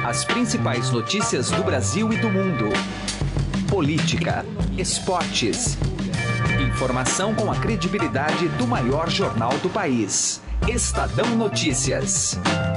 As principais notícias do Brasil e do mundo. Política, esportes. Informação com a credibilidade do maior jornal do país. Estadão Notícias.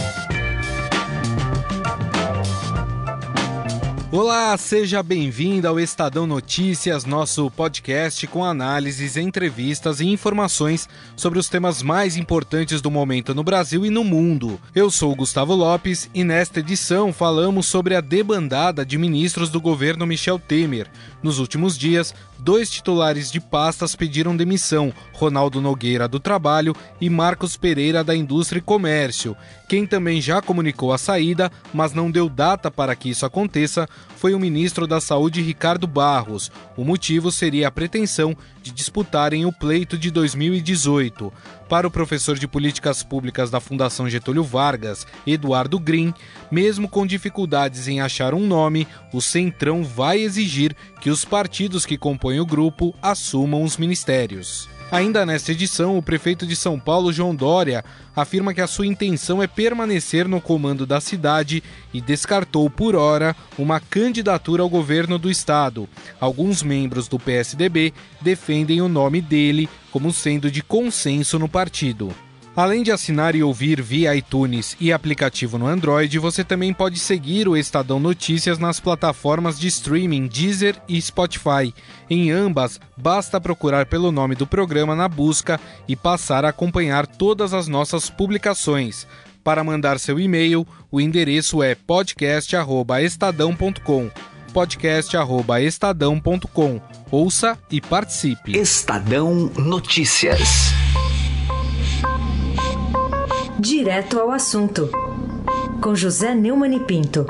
Olá, seja bem-vindo ao Estadão Notícias, nosso podcast com análises, entrevistas e informações sobre os temas mais importantes do momento no Brasil e no mundo. Eu sou o Gustavo Lopes e nesta edição falamos sobre a debandada de ministros do governo Michel Temer. Nos últimos dias, 2 titulares de pastas pediram demissão, Ronaldo Nogueira do Trabalho e Marcos Pereira da Indústria e Comércio. Quem também já comunicou a saída, mas não deu data para que isso aconteça, foi o ministro da Saúde Ricardo Barros. O motivo seria a pretensão de disputarem o pleito de 2018. Para o professor de Políticas Públicas da Fundação Getúlio Vargas, Eduardo Green, mesmo com dificuldades em achar um nome, o Centrão vai exigir que os partidos que compõem o grupo assumam os ministérios. Ainda nesta edição, o prefeito de São Paulo, João Dória, afirma que a sua intenção é permanecer no comando da cidade e descartou, por hora, uma candidatura ao governo do estado. Alguns membros do PSDB defendem o nome dele como sendo de consenso no partido. Além de assinar e ouvir via iTunes e aplicativo no Android, você também pode seguir o Estadão Notícias nas plataformas de streaming Deezer e Spotify. Em ambas, basta procurar pelo nome do programa na busca e passar a acompanhar todas as nossas publicações. Para mandar seu e-mail, o endereço é podcast@estadão.com. podcast@estadão.com. Ouça e participe. Estadão Notícias. Direto ao assunto, com José Neumann e Pinto.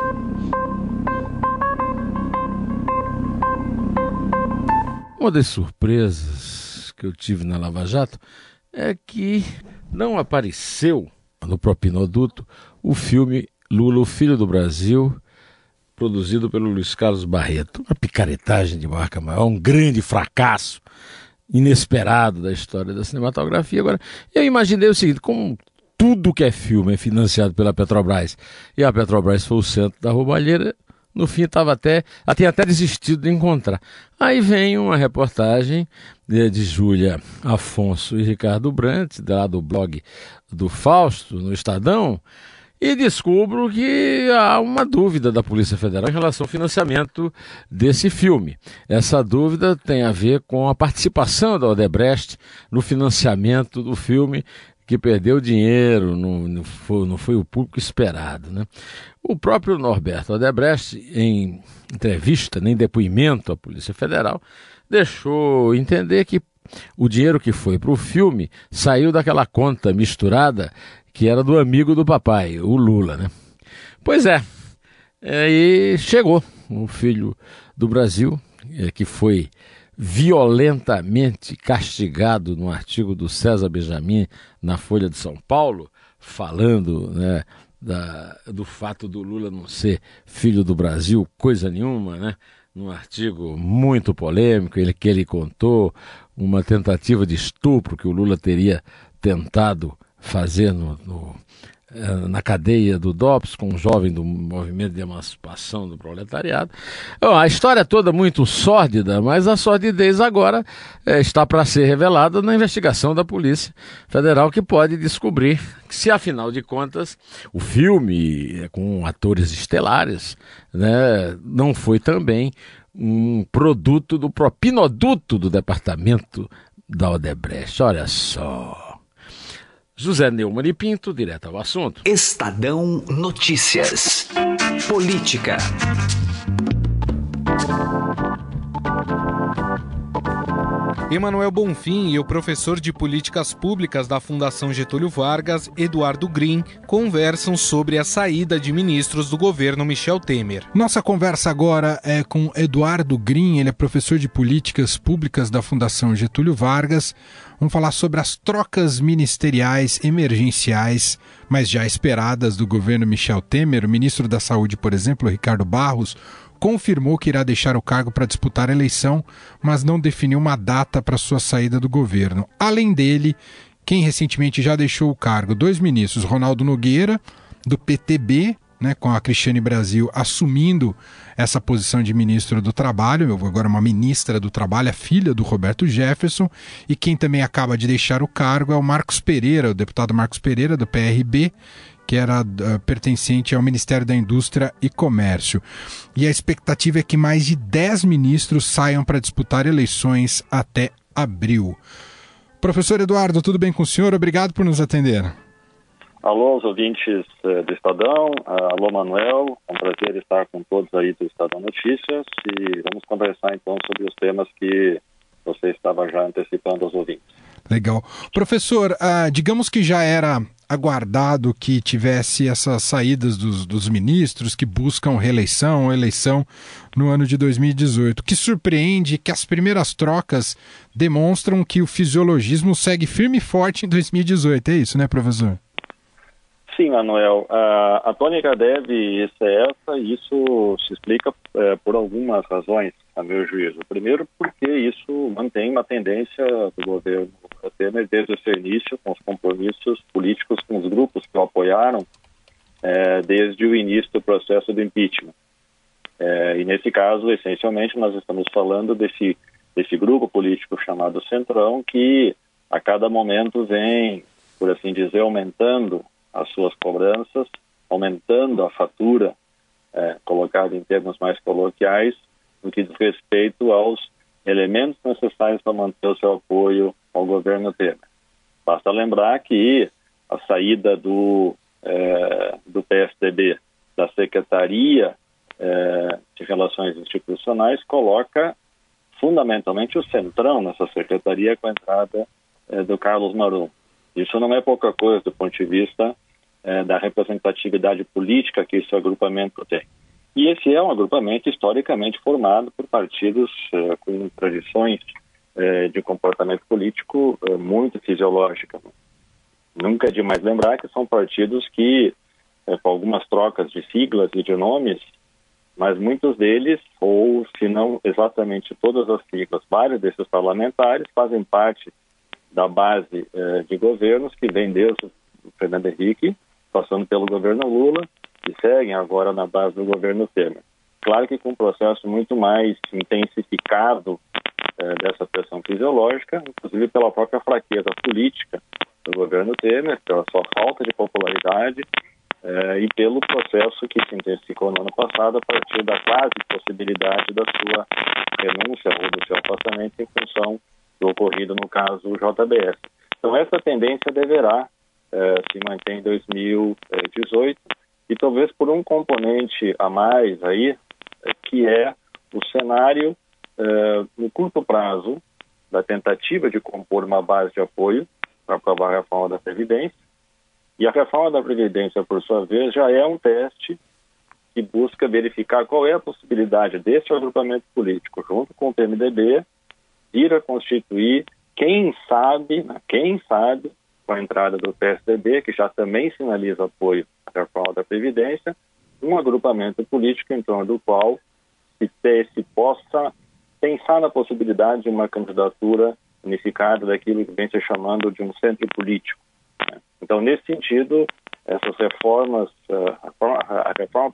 Uma das surpresas que eu tive na Lava Jato é que não apareceu no propinoduto o filme Lula, o Filho do Brasil, produzido pelo Luiz Carlos Barreto. Uma picaretagem de marca maior, um grande fracasso inesperado da história da cinematografia. Agora, eu imaginei o seguinte, como tudo que é filme é financiado pela Petrobras, e a Petrobras foi o centro da roubalheira, no fim tinha até desistido de encontrar. Aí vem uma reportagem de Júlia Afonso e Ricardo Brandt, lá do blog do Fausto, no Estadão, e descubro que há uma dúvida da Polícia Federal em relação ao financiamento desse filme. Essa dúvida tem a ver com a participação da Odebrecht no financiamento do filme, que perdeu dinheiro, não foi o público esperado, né? O próprio Norberto Odebrecht, em entrevista, em depoimento à Polícia Federal, deixou entender que o dinheiro que foi para o filme saiu daquela conta misturada que era do amigo do papai, o Lula, né? Pois é, e chegou o Filho do Brasil, que foi violentamente castigado no artigo do César Benjamin na Folha de São Paulo, falando, né, do fato do Lula não ser filho do Brasil, coisa nenhuma, né? Num artigo muito polêmico, que ele contou uma tentativa de estupro que o Lula teria tentado fazer na cadeia do DOPS com um jovem do Movimento de Emancipação do Proletariado. A história é toda muito sórdida, mas a sordidez agora está para ser revelada na investigação da Polícia Federal, que pode descobrir se, afinal de contas, o filme com atores estelares, né, não foi também um produto do propinoduto do departamento da Odebrecht. Olha só. José Neumann e Pinto, direto ao assunto. Estadão Notícias. Política. Emanuel Bonfim e o professor de Políticas Públicas da Fundação Getúlio Vargas, Eduardo Green, conversam sobre a saída de ministros do governo Michel Temer. Nossa conversa agora é com Eduardo Green, ele é professor de Políticas Públicas da Fundação Getúlio Vargas. Vamos falar sobre as trocas ministeriais emergenciais, mas já esperadas do governo Michel Temer. O ministro da Saúde, por exemplo, Ricardo Barros, confirmou que irá deixar o cargo para disputar a eleição, mas não definiu uma data para sua saída do governo. Além dele, quem recentemente já deixou o cargo, 2 ministros, Ronaldo Nogueira, do PTB, né, com a Cristiane Brasil assumindo essa posição de ministro do Trabalho, agora uma ministra do Trabalho, a filha do Roberto Jefferson, e quem também acaba de deixar o cargo é o Marcos Pereira, o deputado Marcos Pereira, do PRB, que era pertencente ao Ministério da Indústria e Comércio. E a expectativa é que mais de 10 ministros saiam para disputar eleições até abril. Professor Eduardo, tudo bem com o senhor? Obrigado por nos atender. Alô, os ouvintes do Estadão. Alô, Manuel. É um prazer estar com todos aí do Estadão Notícias e vamos conversar então sobre os temas que você estava já antecipando aos ouvintes. Legal. Professor, digamos que já era aguardado que tivesse essas saídas dos ministros que buscam reeleição ou eleição no ano de 2018. O que surpreende é que as primeiras trocas demonstram que o fisiologismo segue firme e forte em 2018. É isso, né, professor? Sim, Manuel. A tônica deve ser essa e isso se explica por algumas razões, a meu juízo. Primeiro, porque isso mantém uma tendência do governo Temer desde o seu início, com os compromissos políticos com os grupos que o apoiaram desde o início do processo do impeachment. E nesse caso, essencialmente, nós estamos falando desse grupo político chamado Centrão, que a cada momento vem, por assim dizer, aumentando as suas cobranças, aumentando a fatura, colocada em termos mais coloquiais, no que diz respeito aos elementos necessários para manter o seu apoio ao governo Temer. Basta lembrar que a saída do PSDB da Secretaria de Relações Institucionais coloca fundamentalmente o Centrão nessa secretaria com a entrada do Carlos Marum. Isso não é pouca coisa do ponto de vista da representatividade política que esse agrupamento tem. E esse é um agrupamento historicamente formado por partidos com tradições de comportamento político muito fisiológica. Nunca é demais lembrar que são partidos que, com algumas trocas de siglas e de nomes, mas muitos deles, ou se não exatamente todas as siglas, vários desses parlamentares fazem parte da base de governos que vem desde o Fernando Henrique, passando pelo governo Lula, e seguem agora na base do governo Temer. Claro que com um processo muito mais intensificado dessa pressão fisiológica, inclusive pela própria fraqueza política do governo Temer, pela sua falta de popularidade e pelo processo que se intensificou no ano passado a partir da quase possibilidade da sua renúncia ou do seu afastamento em função do ocorrido no caso JBS. Então essa tendência deverá se manter em 2018 e talvez por um componente a mais aí, que é o cenário no curto prazo da tentativa de compor uma base de apoio para aprovar a reforma da Previdência. E a reforma da Previdência, por sua vez, já é um teste que busca verificar qual é a possibilidade desse agrupamento político, junto com o PMDB, vir a constituir, quem sabe, com a entrada do PSDB, que já também sinaliza apoio à reforma da Previdência, um agrupamento político em torno do qual se possa pensar na possibilidade de uma candidatura unificada daquilo que vem se chamando de um centro político. Então, nesse sentido, essas reformas, a reforma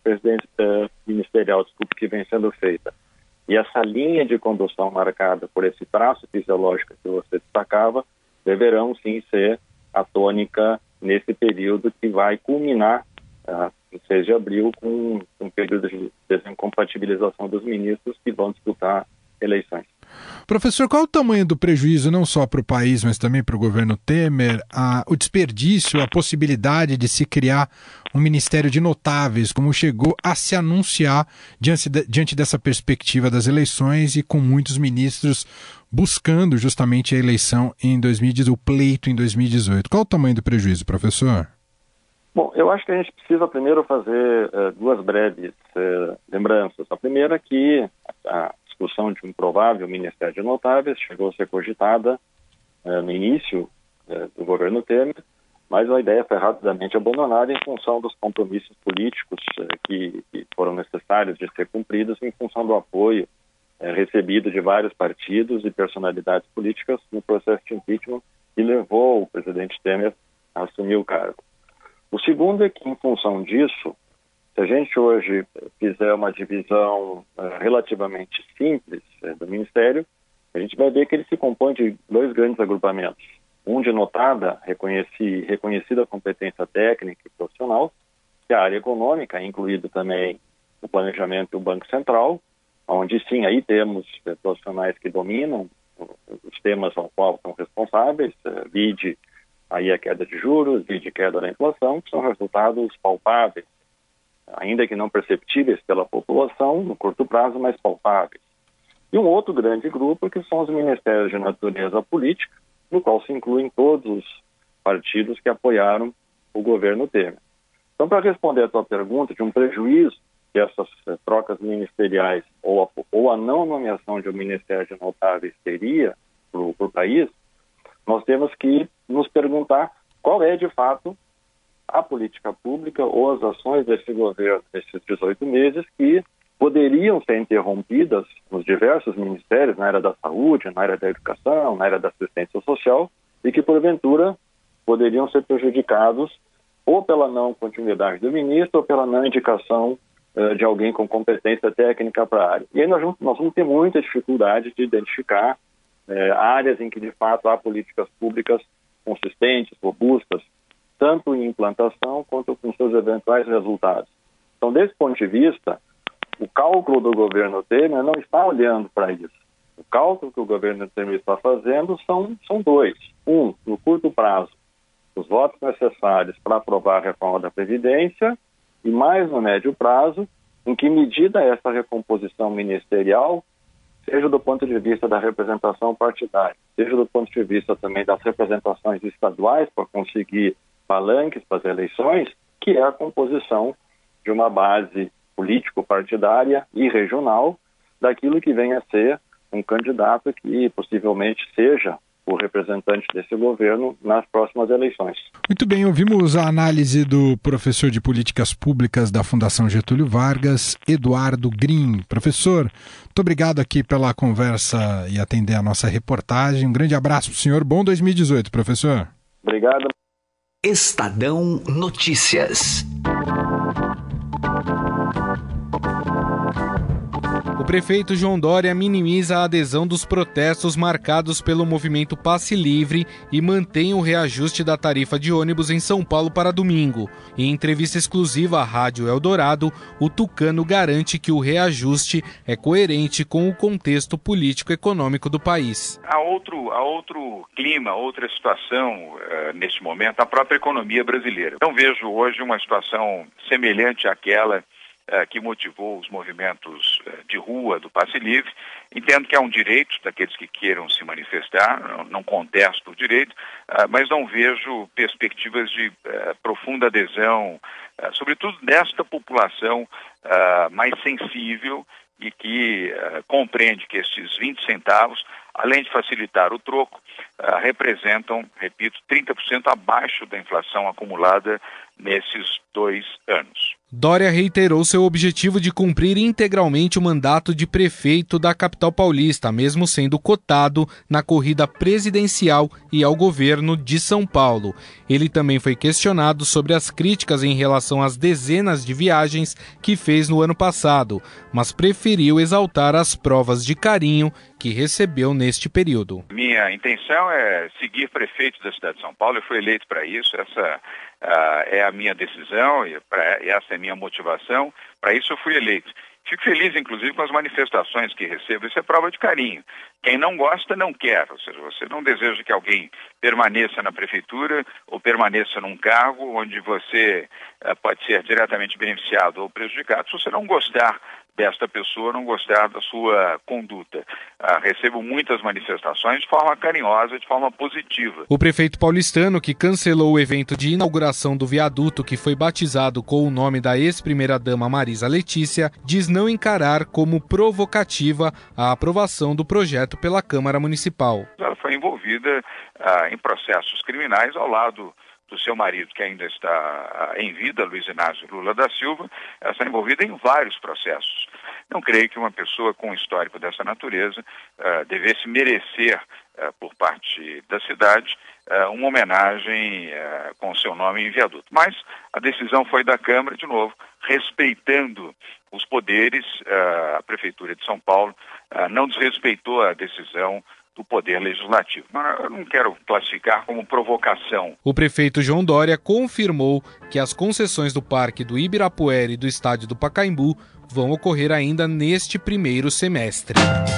ministerial, que vem sendo feita, e essa linha de condução marcada por esse traço fisiológico que você destacava, deverão sim ser a tônica nesse período que vai culminar em 6 de abril com um período de desincompatibilização dos ministros que vão disputar eleições. Professor, qual é o tamanho do prejuízo, não só para o país, mas também para o governo Temer, o desperdício, a possibilidade de se criar um ministério de notáveis, como chegou a se anunciar diante dessa perspectiva das eleições e com muitos ministros buscando justamente a eleição em 2018, o pleito em 2018. Qual é o tamanho do prejuízo, professor? Bom, eu acho que a gente precisa primeiro fazer duas breves lembranças. A primeira é que a discussão de um provável Ministério de Notáveis chegou a ser cogitada no início do governo Temer, mas a ideia foi rapidamente abandonada em função dos compromissos políticos que foram necessários de ser cumpridos em função do apoio recebido de vários partidos e personalidades políticas no processo de impeachment que levou o presidente Temer a assumir o cargo. O segundo é que, em função disso, Se a gente hoje fizer uma divisão relativamente simples do Ministério, a gente vai ver que ele se compõe de dois grandes agrupamentos. Um de notada, reconhecida competência técnica e profissional, que é a área econômica, incluído também o planejamento e o Banco Central, onde sim, aí temos profissionais que dominam os temas ao qual são responsáveis, vide aí a queda de juros, vide queda da inflação, que são resultados palpáveis, ainda que não perceptíveis pela população no curto prazo, mas palpáveis. E um outro grande grupo que são os ministérios de natureza política, no qual se incluem todos os partidos que apoiaram o governo Temer. Então, para responder a tua pergunta de um prejuízo que essas trocas ministeriais ou a não nomeação de um ministério de notáveis teria para o país, nós temos que nos perguntar qual é, de fato, a política pública ou as ações desse governo nesses 18 meses que poderiam ser interrompidas nos diversos ministérios, na área da saúde, na área da educação, na área da assistência social, e que, porventura, poderiam ser prejudicados ou pela não continuidade do ministro ou pela não indicação de alguém com competência técnica para a área. E aí nós vamos ter muita dificuldade de identificar áreas em que, de fato, há políticas públicas consistentes, robustas, tanto em implantação quanto com seus eventuais resultados. Então, desse ponto de vista, o cálculo do governo Temer não está olhando para isso. O cálculo que o governo Temer está fazendo são dois. Um, no curto prazo, os votos necessários para aprovar a reforma da Previdência, e mais no médio prazo, em que medida essa recomposição ministerial, seja do ponto de vista da representação partidária, seja do ponto de vista também das representações estaduais para conseguir palanques para as eleições, que é a composição de uma base político-partidária e regional daquilo que vem a ser um candidato que possivelmente seja o representante desse governo nas próximas eleições. Muito bem, ouvimos a análise do professor de Políticas Públicas da Fundação Getúlio Vargas, Eduardo Green. Professor, muito obrigado aqui pela conversa e atender a nossa reportagem. Um grande abraço para o senhor. Bom 2018, professor. Obrigado. Estadão Notícias. O prefeito João Dória minimiza a adesão dos protestos marcados pelo movimento Passe Livre e mantém o reajuste da tarifa de ônibus em São Paulo para domingo. Em entrevista exclusiva à Rádio Eldorado, o tucano garante que o reajuste é coerente com o contexto político-econômico do país. Há outro clima, outra situação neste momento, a própria economia brasileira. Não vejo hoje uma situação semelhante àquela que motivou os movimentos de rua do Passe Livre. Entendo que é um direito daqueles que queiram se manifestar, não contesto o direito, mas não vejo perspectivas de profunda adesão, sobretudo desta população mais sensível e que compreende que estes 20 centavos, além de facilitar o troco, representam, repito, 30% abaixo da inflação acumulada nesses 2 anos. Dória reiterou seu objetivo de cumprir integralmente o mandato de prefeito da capital paulista, mesmo sendo cotado na corrida presidencial e ao governo de São Paulo. Ele também foi questionado sobre as críticas em relação às dezenas de viagens que fez no ano passado, mas preferiu exaltar as provas de carinho que recebeu neste período. Minha intenção é seguir prefeito da cidade de São Paulo. Eu fui eleito para isso. Essa é a minha decisão e essa é a minha motivação. Para isso eu fui eleito. Fico feliz, inclusive, com as manifestações que recebo. Isso é prova de carinho. Quem não gosta, não quer. Ou seja, você não deseja que alguém permaneça na prefeitura ou permaneça num cargo onde você pode ser diretamente beneficiado ou prejudicado se você não gostar desta pessoa, não gostar da sua conduta. Recebo muitas manifestações de forma carinhosa, de forma positiva. O prefeito paulistano, que cancelou o evento de inauguração do viaduto que foi batizado com o nome da ex-primeira-dama Marisa Letícia, diz não encarar como provocativa a aprovação do projeto pela Câmara Municipal. Ela foi envolvida em processos criminais ao lado do seu marido, que ainda está em vida, Luiz Inácio Lula da Silva, está envolvida em vários processos. Não creio que uma pessoa com um histórico dessa natureza devesse merecer, por parte da cidade, uma homenagem com o seu nome em viaduto. Mas a decisão foi da Câmara, de novo, respeitando os poderes. A Prefeitura de São Paulo não desrespeitou a decisão do Poder Legislativo. Mas eu não quero classificar como provocação. O prefeito João Dória confirmou que as concessões do Parque do Ibirapuera e do Estádio do Pacaembu vão ocorrer ainda neste primeiro semestre.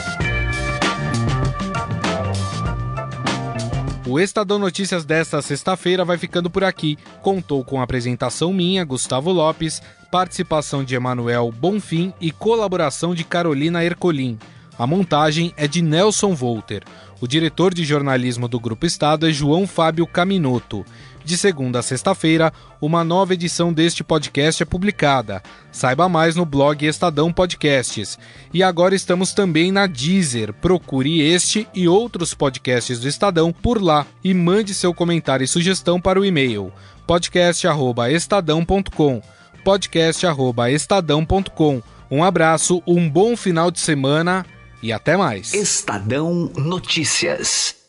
O Estadão Notícias desta sexta-feira vai ficando por aqui. Contou com a apresentação minha, Gustavo Lopes, participação de Emanuel Bonfim e colaboração de Carolina Ercolim. A montagem é de Nelson Volter. O diretor de jornalismo do Grupo Estado é João Fábio Caminoto. De segunda a sexta-feira, uma nova edição deste podcast é publicada. Saiba mais no blog Estadão Podcasts. E agora estamos também na Deezer. Procure este e outros podcasts do Estadão por lá e mande seu comentário e sugestão para o e-mail podcast@estadão.com podcast@estadão.com. Um abraço, um bom final de semana e até mais. Estadão Notícias.